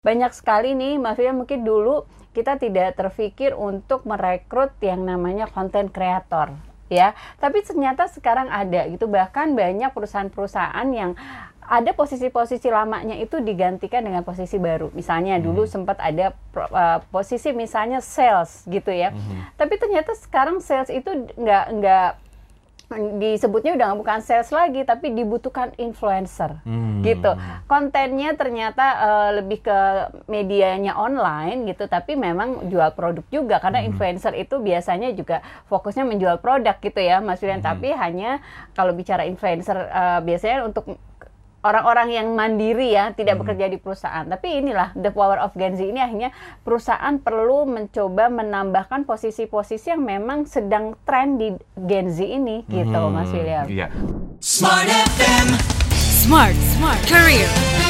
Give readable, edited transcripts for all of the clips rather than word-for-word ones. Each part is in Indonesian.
Banyak sekali nih, maksudnya mungkin dulu kita tidak terfikir untuk merekrut yang namanya content creator, ya. Tapi ternyata sekarang ada gitu, bahkan banyak perusahaan-perusahaan yang ada posisi-posisi lamanya itu digantikan dengan posisi baru. Misalnya dulu sempat ada posisi misalnya sales gitu ya. Tapi ternyata sekarang sales itu nggak disebutnya udah bukan sales lagi, tapi dibutuhkan influencer gitu. Kontennya ternyata lebih ke medianya online gitu, tapi memang jual produk juga karena influencer itu biasanya juga fokusnya menjual produk gitu ya Mas William. Tapi hanya kalau bicara influencer biasanya untuk orang-orang yang mandiri ya, tidak bekerja di perusahaan. Tapi inilah the power of Gen Z ini, akhirnya perusahaan perlu mencoba menambahkan posisi-posisi yang memang sedang tren di Gen Z ini gitu Mas William. Iya. Smart FM. Smart Career.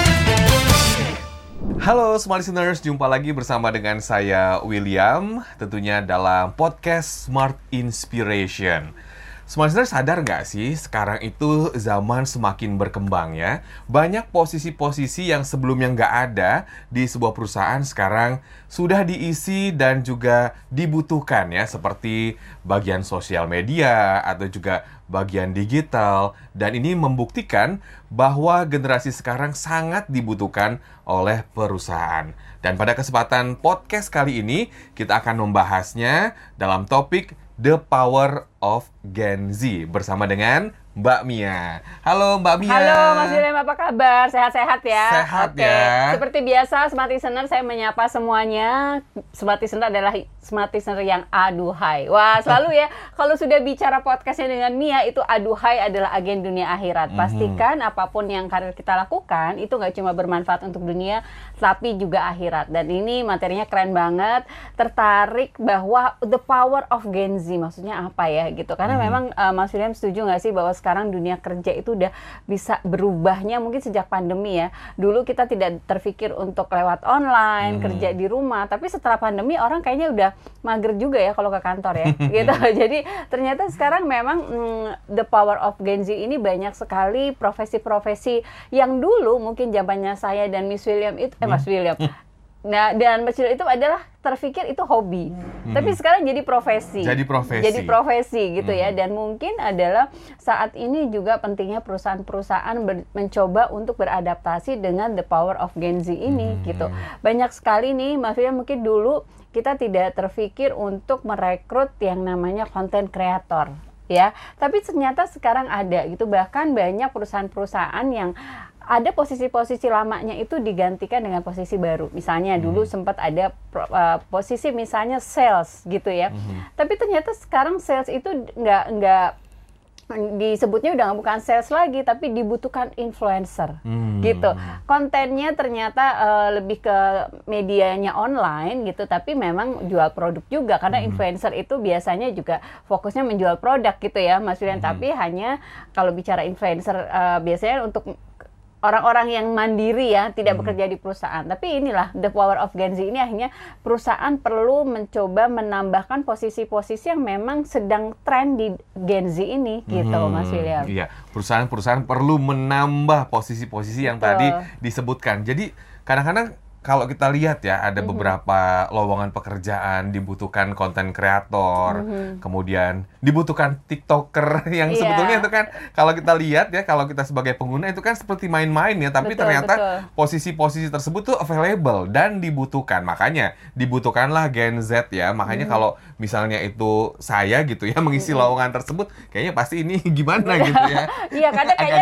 Halo Smart Listeners, jumpa lagi bersama dengan saya William, tentunya dalam podcast Smart Inspiration. Smart Listeners, sadar nggak sih sekarang itu zaman semakin berkembang ya. Banyak posisi-posisi yang sebelumnya nggak ada di sebuah perusahaan sekarang sudah diisi dan juga dibutuhkan ya. Seperti bagian sosial media atau juga bagian digital. Dan ini membuktikan bahwa generasi sekarang sangat dibutuhkan oleh perusahaan. Dan pada kesempatan podcast kali ini kita akan membahasnya dalam topik The Power of Gen Z bersama dengan Mbak Mia. Halo Mbak Mia. Halo Mas William, apa kabar? Sehat-sehat ya? Sehat Oke. ya. Seperti biasa, Smart Listener saya menyapa semuanya. Smart Listener adalah Smart Listener yang aduhai. Wah, selalu ya, kalau sudah bicara podcastnya dengan Mia, itu aduhai adalah agen dunia akhirat. Pastikan apapun yang karir kita lakukan, itu nggak cuma bermanfaat untuk dunia, tapi juga akhirat. Dan ini materinya keren banget. Tertarik bahwa the power of Gen Z, maksudnya apa ya gitu. Karena memang Mas William setuju nggak sih bahwa sekarang dunia kerja itu udah bisa berubahnya mungkin sejak pandemi ya. Dulu kita tidak terfikir untuk lewat online, kerja di rumah. Tapi setelah pandemi orang kayaknya udah mager juga ya kalau ke kantor ya. Gitu. Jadi ternyata sekarang memang the power of Gen Z ini banyak sekali profesi-profesi yang dulu mungkin zamannya saya dan Miss William itu, Mas William. Nah, dan Mas William itu adalah terfikir itu hobi. Tapi sekarang jadi profesi. Jadi profesi. Jadi profesi gitu ya. Dan mungkin adalah saat ini juga pentingnya perusahaan-perusahaan mencoba untuk beradaptasi dengan the power of Gen Z ini gitu. Banyak sekali nih, Mas William, mungkin dulu kita tidak terfikir untuk merekrut yang namanya content creator. Ya, tapi ternyata sekarang ada gitu, bahkan banyak perusahaan-perusahaan yang ada posisi-posisi lamanya itu digantikan dengan posisi baru. Misalnya dulu sempat ada posisi misalnya sales gitu ya. Tapi ternyata sekarang sales itu nggak disebutnya udah bukan sales lagi, tapi dibutuhkan influencer gitu. Kontennya ternyata lebih ke medianya online gitu, tapi memang jual produk juga karena influencer itu biasanya juga fokusnya menjual produk gitu ya Mas William. Tapi hanya kalau bicara influencer biasanya untuk orang-orang yang mandiri ya, tidak bekerja di perusahaan. Tapi inilah the power of Gen Z ini, akhirnya perusahaan perlu mencoba menambahkan posisi-posisi yang memang sedang tren di Gen Z ini gitu Mas William. Iya, perusahaan-perusahaan perlu menambah posisi-posisi yang tadi disebutkan. Jadi kadang-kadang kalau kita lihat ya, ada beberapa lowongan pekerjaan, dibutuhkan konten kreator, kemudian dibutuhkan TikToker yang sebetulnya itu kan kalau kita lihat ya, kalau kita sebagai pengguna itu kan seperti main-main ya, tapi ternyata posisi-posisi tersebut tuh available dan dibutuhkan. Makanya dibutuhkanlah Gen Z ya. Makanya kalau misalnya itu saya gitu ya mengisi lowongan tersebut, kayaknya pasti ini gimana gitu ya. Iya, karena kayaknya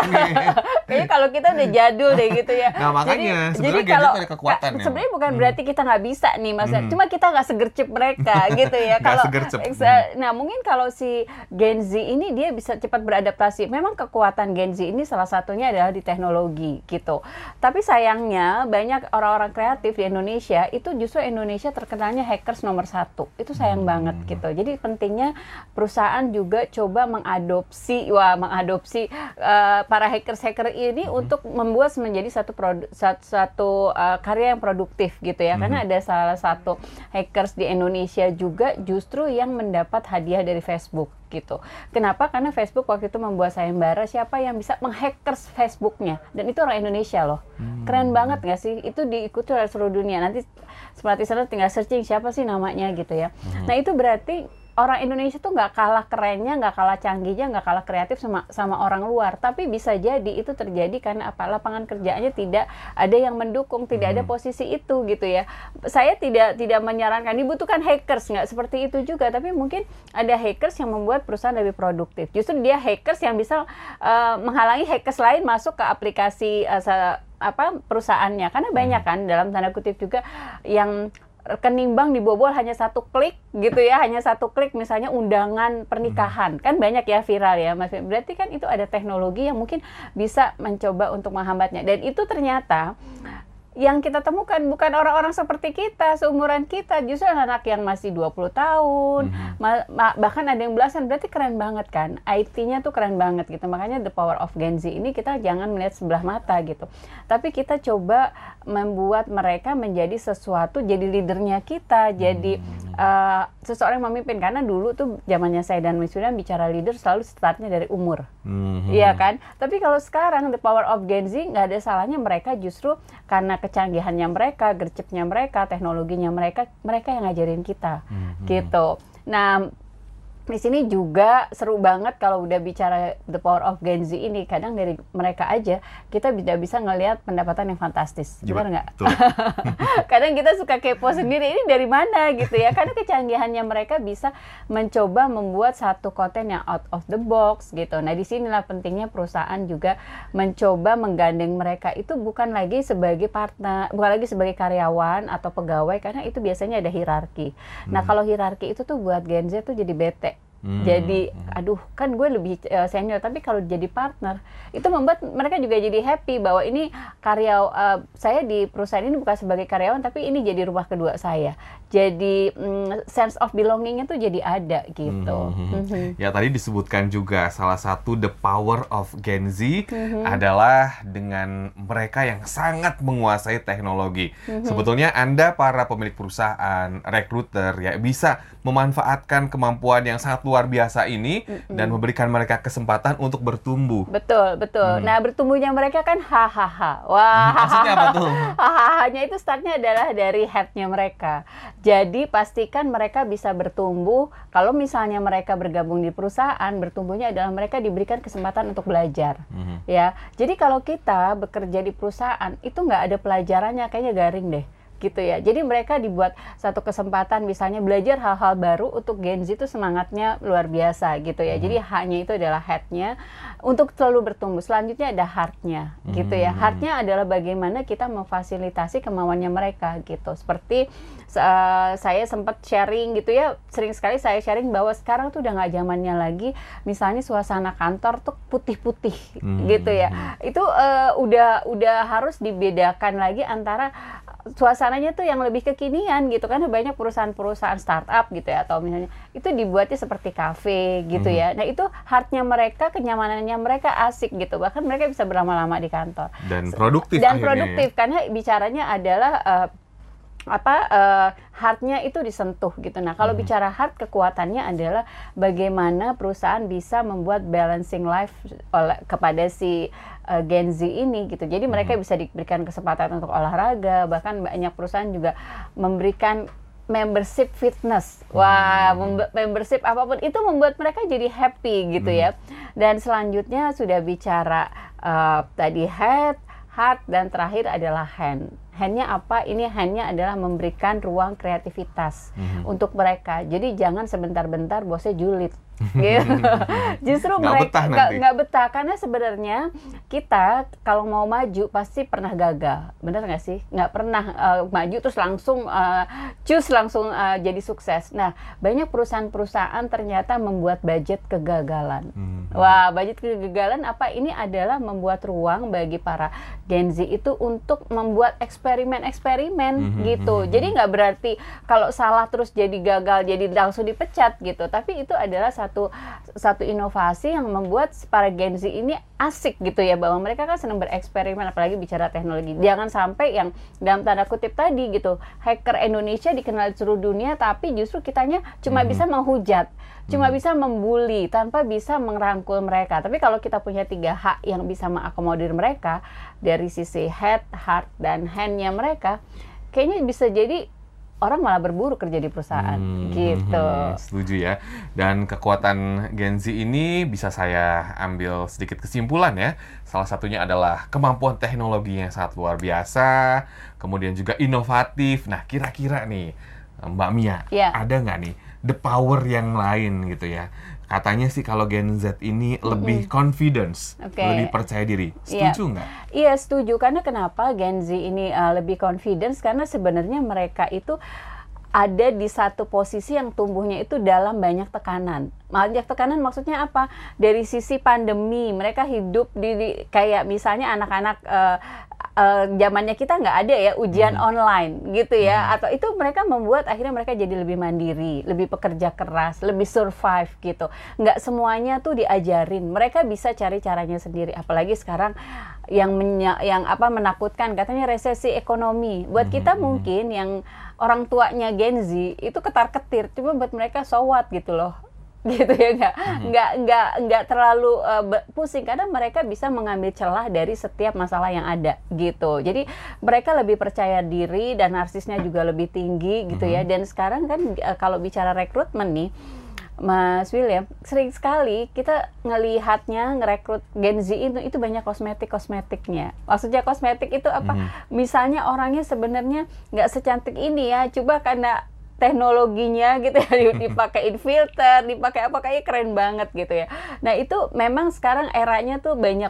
kayaknya kalau kita udah jadul deh gitu ya. Nah, makanya sebenarnya Gen Z ada kekuatan ya. Sebenarnya bukan berarti kita nggak bisa nih Mas, cuma kita nggak segercep mereka gitu ya. Nggak segercep. Nah, mungkin kalau si Gen Z ini dia bisa cepat beradaptasi. Memang kekuatan Gen Z ini salah satunya adalah di teknologi gitu. Tapi sayangnya banyak orang-orang kreatif di Indonesia itu justru Indonesia terkenalnya hackers nomor 1. Itu sayang banget gitu. Jadi pentingnya perusahaan juga coba mengadopsi para hackers-hacker ini untuk membuat menjadi satu karya yang produktif gitu ya. Karena ada salah satu hackers di Indonesia juga justru yang mendapat hadiah dari Facebook gitu. Kenapa? Karena Facebook waktu itu membuat sayembara siapa yang bisa menghackers Facebooknya, dan itu orang Indonesia loh. Keren banget nggak sih? Itu diikuti oleh seluruh dunia. Nanti seperti sana tinggal searching siapa sih namanya gitu ya. Nah itu berarti orang Indonesia tuh nggak kalah kerennya, nggak kalah canggihnya, nggak kalah kreatif sama orang luar. Tapi bisa jadi itu terjadi karena apa? Lapangan kerjaannya tidak ada yang mendukung, tidak ada posisi itu gitu ya. Saya tidak menyarankan dibutuhkan hackers, nggak seperti itu juga. Tapi mungkin ada hackers yang membuat perusahaan lebih produktif. Justru dia hackers yang bisa menghalangi hackers lain masuk ke aplikasi perusahaannya. Karena banyak kan dalam tanda kutip juga yang rekening bank dibobol hanya satu klik gitu ya, hanya satu klik misalnya undangan pernikahan, kan banyak ya viral ya Mas. Berarti kan itu ada teknologi yang mungkin bisa mencoba untuk menghambatnya, dan itu ternyata yang kita temukan bukan orang-orang seperti kita, seumuran kita, justru anak yang masih 20 tahun, bahkan ada yang belasan. Berarti keren banget kan, IT-nya tuh keren banget gitu. Makanya the power of Gen Z ini kita jangan melihat sebelah mata gitu, tapi kita coba membuat mereka menjadi sesuatu, jadi leadernya kita, jadi seseorang yang memimpin. Karena dulu tuh zamannya saya dan Miss William bicara leader selalu startnya dari umur, iya kan? Tapi kalau sekarang the power of Gen Z nggak ada salahnya mereka justru karena kecanggihannya mereka, gercepnya mereka, teknologinya mereka yang ngajarin kita, gitu. Nah, di sini juga seru banget kalau udah bicara the power of Gen Z ini. Kadang dari mereka aja kita bisa ngelihat pendapatan yang fantastis, benar nggak? Kadang kita suka kepo sendiri, ini dari mana gitu ya? Karena kecanggihannya mereka bisa mencoba membuat satu konten yang out of the box gitu. Nah, disinilah pentingnya perusahaan juga mencoba menggandeng mereka itu bukan lagi sebagai partner, bukan lagi sebagai karyawan atau pegawai, karena itu biasanya ada hierarki. Nah, kalau hierarki itu tuh buat Gen Z tuh jadi bete. Jadi, aduh, kan gue lebih senior, tapi kalau jadi partner itu membuat mereka juga jadi happy bahwa ini saya di perusahaan ini bukan sebagai karyawan, tapi ini jadi rumah kedua saya. Jadi sense of belongingnya tuh jadi ada gitu. Ya, tadi disebutkan juga salah satu the power of Gen Z adalah dengan mereka yang sangat menguasai teknologi. Sebetulnya Anda para pemilik perusahaan, rekruter ya, bisa memanfaatkan kemampuan yang sangat luar biasa ini dan memberikan mereka kesempatan untuk bertumbuh. Betul. Nah, bertumbuhnya mereka kan hahaha. Wah, maksudnya apa tuh? Hahahanya itu startnya adalah dari headnya mereka. Jadi pastikan mereka bisa bertumbuh. Kalau misalnya mereka bergabung di perusahaan, bertumbuhnya adalah mereka diberikan kesempatan untuk belajar. Ya, jadi kalau kita bekerja di perusahaan itu nggak ada pelajarannya, kayaknya garing deh. Gitu ya. Jadi mereka dibuat satu kesempatan misalnya belajar hal-hal baru. Untuk Gen Z itu semangatnya luar biasa gitu ya. Jadi hanya itu adalah head-nya untuk selalu bertumbuh. Selanjutnya ada heart-nya gitu ya. Heart-nya adalah bagaimana kita memfasilitasi kemauannya mereka gitu. Seperti saya sempat sharing gitu ya, sering sekali saya sharing bahwa sekarang tuh udah nggak zamannya lagi misalnya suasana kantor tuh putih-putih gitu ya. Itu udah harus dibedakan lagi antara suasananya tuh yang lebih kekinian gitu, karena banyak perusahaan-perusahaan startup gitu ya, atau misalnya itu dibuatnya seperti kafe gitu ya. Nah, itu heart-nya mereka, kenyamanannya mereka asik gitu, bahkan mereka bisa berlama-lama di kantor dan produktif karena bicaranya adalah heart-nya itu disentuh gitu. Nah, kalau bicara heart, kekuatannya adalah bagaimana perusahaan bisa membuat balancing life kepada si Gen Z ini gitu. Jadi mereka bisa diberikan kesempatan untuk olahraga, bahkan banyak perusahaan juga memberikan membership fitness. Wah, membership apapun itu membuat mereka jadi happy gitu ya. Dan selanjutnya sudah bicara tadi head, heart, dan terakhir adalah hand. Hand-nya apa? Ini hand-nya adalah memberikan ruang kreativitas untuk mereka. Jadi jangan sebentar-bentar bosnya julid. Gitu. Justru mereka nggak betah, karena sebenarnya kita kalau mau maju pasti pernah gagal, benar nggak sih? Nggak pernah maju terus langsung jadi sukses. Nah, banyak perusahaan-perusahaan ternyata membuat budget kegagalan. Wah, budget kegagalan apa? Ini adalah membuat ruang bagi para Gen Z itu untuk membuat eksperimen gitu. Jadi nggak berarti kalau salah terus jadi gagal, jadi langsung dipecat gitu. Tapi itu adalah satu inovasi yang membuat para Gen Z ini asik gitu ya, bahwa mereka kan senang bereksperimen, apalagi bicara teknologi. Jangan sampai yang dalam tanda kutip tadi gitu, hacker Indonesia dikenal di seluruh dunia, tapi justru kitanya cuma bisa menghujat, cuma bisa membuli tanpa bisa merangkul mereka. Tapi kalau kita punya 3H yang bisa mengakomodir mereka dari sisi head, heart, dan hand-nya mereka, kayaknya bisa jadi orang malah berburu kerja di perusahaan gitu. Setuju ya. Dan kekuatan Gen Z ini bisa saya ambil sedikit kesimpulan ya. Salah satunya adalah kemampuan teknologi yang sangat luar biasa, kemudian juga inovatif. Nah, kira-kira nih Mbak Mia, ada nggak nih the power yang lain gitu ya? Katanya sih kalau Gen Z ini lebih confidence, lebih percaya diri. Setuju nggak? Iya, setuju. Karena kenapa Gen Z ini lebih confidence? Karena sebenarnya mereka itu ada di satu posisi yang tumbuhnya itu dalam banyak tekanan. Banyak tekanan maksudnya apa? Dari sisi pandemi, mereka hidup di kayak misalnya anak-anak zamannya kita nggak ada ya ujian online gitu ya, atau itu mereka membuat akhirnya mereka jadi lebih mandiri, lebih pekerja keras, lebih survive gitu. Nggak semuanya tuh diajarin, mereka bisa cari caranya sendiri. Apalagi sekarang yang menakutkan katanya resesi ekonomi. Buat kita mungkin yang orang tuanya Gen Z itu ketar-ketir, cuma buat mereka so what gitu loh. Gitu ya, nggak terlalu pusing karena mereka bisa mengambil celah dari setiap masalah yang ada gitu. Jadi mereka lebih percaya diri dan narsisnya juga lebih tinggi gitu ya. Dan sekarang kan kalau bicara rekrutmen nih, Mas William, sering sekali kita ngelihatnya ngerekrut Gen Z itu banyak kosmetiknya. Maksudnya kosmetik itu apa? Misalnya orangnya sebenarnya nggak secantik ini ya, coba karena teknologinya gitu ya, dipakein filter, dipakai apa, kayaknya keren banget gitu ya. Nah itu memang sekarang eranya tuh banyak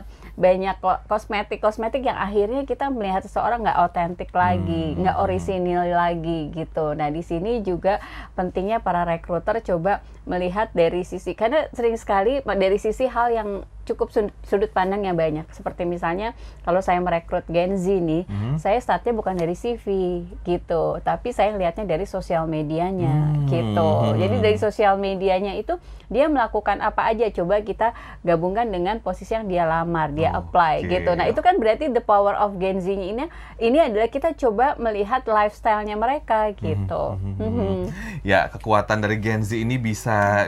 kosmetik yang akhirnya kita melihat seseorang nggak otentik lagi, nggak orisinil lagi gitu. Nah di sini juga pentingnya para rekruter coba melihat dari sisi, karena sering sekali dari sisi hal yang cukup sudut pandang yang banyak. Seperti misalnya kalau saya merekrut Gen Z nih, saya startnya bukan dari CV gitu, tapi saya lihatnya dari sosial medianya gitu. Jadi dari sosial medianya itu dia melakukan apa aja, coba kita gabungkan dengan posisi yang dia lamar, dia apply gitu. Nah itu kan berarti the power of Gen Z ini adalah kita coba melihat lifestyle-nya mereka gitu. Ya, kekuatan dari Gen Z ini bisa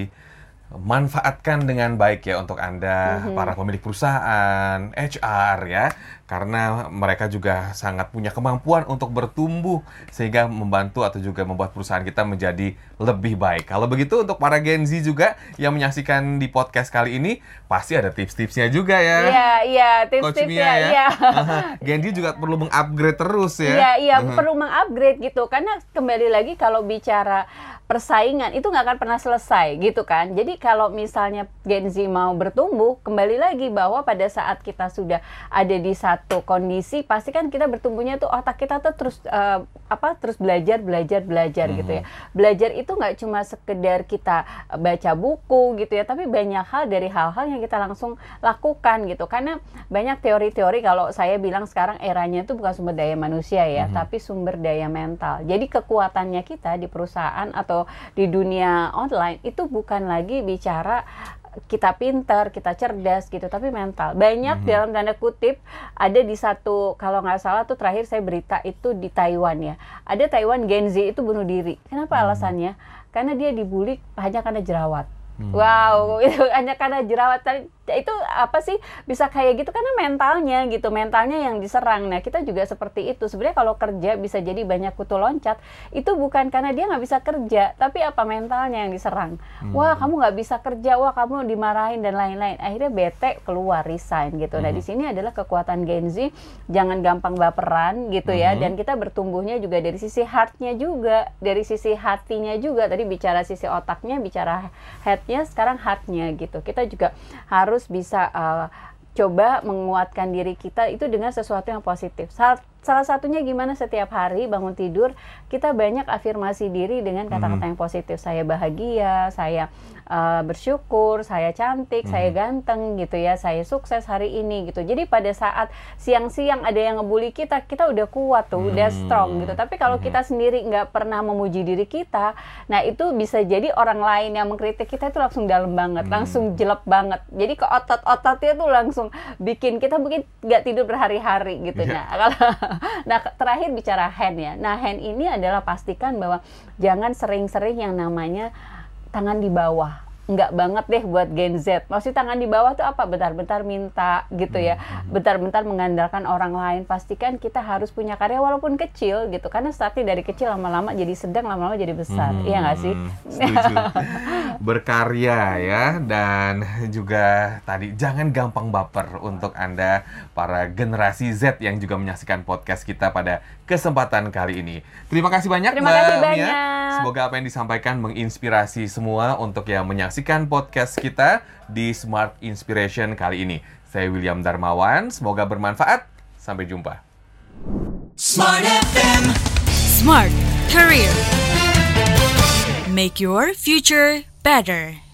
dimanfaatkan dengan baik ya untuk Anda, para pemilik perusahaan, HR ya, karena mereka juga sangat punya kemampuan untuk bertumbuh sehingga membantu atau juga membuat perusahaan kita menjadi lebih baik. Kalau begitu untuk para Gen Z juga yang menyaksikan di podcast kali ini, pasti ada tips-tipsnya juga ya. Iya, tips-tipsnya ya. Gen Z juga perlu mengupgrade terus ya. Iya, perlu mengupgrade gitu. Karena kembali lagi kalau bicara persaingan itu nggak akan pernah selesai gitu kan. Jadi kalau misalnya Gen Z mau bertumbuh, kembali lagi bahwa pada saat kita sudah ada di satu kondisi, pasti kan kita bertumbuhnya tuh otak kita tuh terus terus belajar gitu ya. Belajar itu nggak cuma sekedar kita baca buku gitu ya, tapi banyak hal dari hal-hal yang kita langsung lakukan gitu. Karena banyak teori-teori, kalau saya bilang sekarang eranya itu bukan sumber daya manusia ya, tapi sumber daya mental. Jadi kekuatannya kita di perusahaan atau di dunia online itu bukan lagi bicara kita pintar, kita cerdas gitu, tapi mental. Banyak dalam tanda kutip ada di satu, kalau nggak salah tuh terakhir saya berita itu di Taiwan ya. Ada Taiwan Gen Z itu bunuh diri. Kenapa alasannya? Karena dia dibully hanya karena jerawat. Wow, itu hanya karena jerawat. Itu apa sih bisa kayak gitu? Karena mentalnya gitu, mentalnya yang diserang. Nah kita juga seperti itu. Sebenarnya kalau kerja bisa jadi banyak kutu loncat, itu bukan karena dia nggak bisa kerja, tapi apa, mentalnya yang diserang. Wah kamu nggak bisa kerja, wah kamu dimarahin dan lain-lain. Akhirnya bete, keluar, resign gitu. Nah di sini adalah kekuatan Gen Z, jangan gampang baperan gitu ya. Dan kita bertumbuhnya juga dari sisi heart-nya juga, dari sisi hatinya juga. Tadi bicara sisi otaknya, bicara head-nya, sekarang heart-nya gitu. Kita juga harus bisa coba menguatkan diri kita itu dengan sesuatu yang positif. salah satunya gimana setiap hari bangun tidur kita banyak afirmasi diri dengan kata-kata yang positif. Saya bahagia, saya bersyukur, saya cantik, saya ganteng gitu ya, saya sukses hari ini gitu. Jadi pada saat siang-siang ada yang ngebully kita udah kuat tuh, udah strong gitu. Tapi kalau kita sendiri nggak pernah memuji diri kita, nah itu bisa jadi orang lain yang mengkritik kita itu langsung dalam banget, langsung jelek banget. Jadi ke otot-ototnya tuh langsung bikin kita mungkin nggak tidur berhari-hari gitu. Nah terakhir bicara hand ya. Nah hand ini adalah pastikan bahwa jangan sering-sering yang namanya tangan di bawah. Enggak banget deh buat Gen Z. Maksudnya tangan di bawah tuh apa? Bentar-bentar minta gitu ya. Bentar-bentar mengandalkan orang lain. Pastikan kita harus punya karya walaupun kecil gitu. Karena startnya dari kecil lama-lama jadi sedang, lama-lama jadi besar. Iya nggak sih? Setuju. Berkarya ya. Dan juga tadi jangan gampang baper untuk Anda para generasi Z yang juga menyaksikan podcast kita pada kesempatan kali ini. Terima kasih banyak Mbak Mia. Semoga apa yang disampaikan menginspirasi semua untuk yang menyaksikan podcast kita di Smart Inspiration kali ini. Saya William Darmawan, semoga bermanfaat. Sampai jumpa. Smart FM. Smart Career. Make your future better.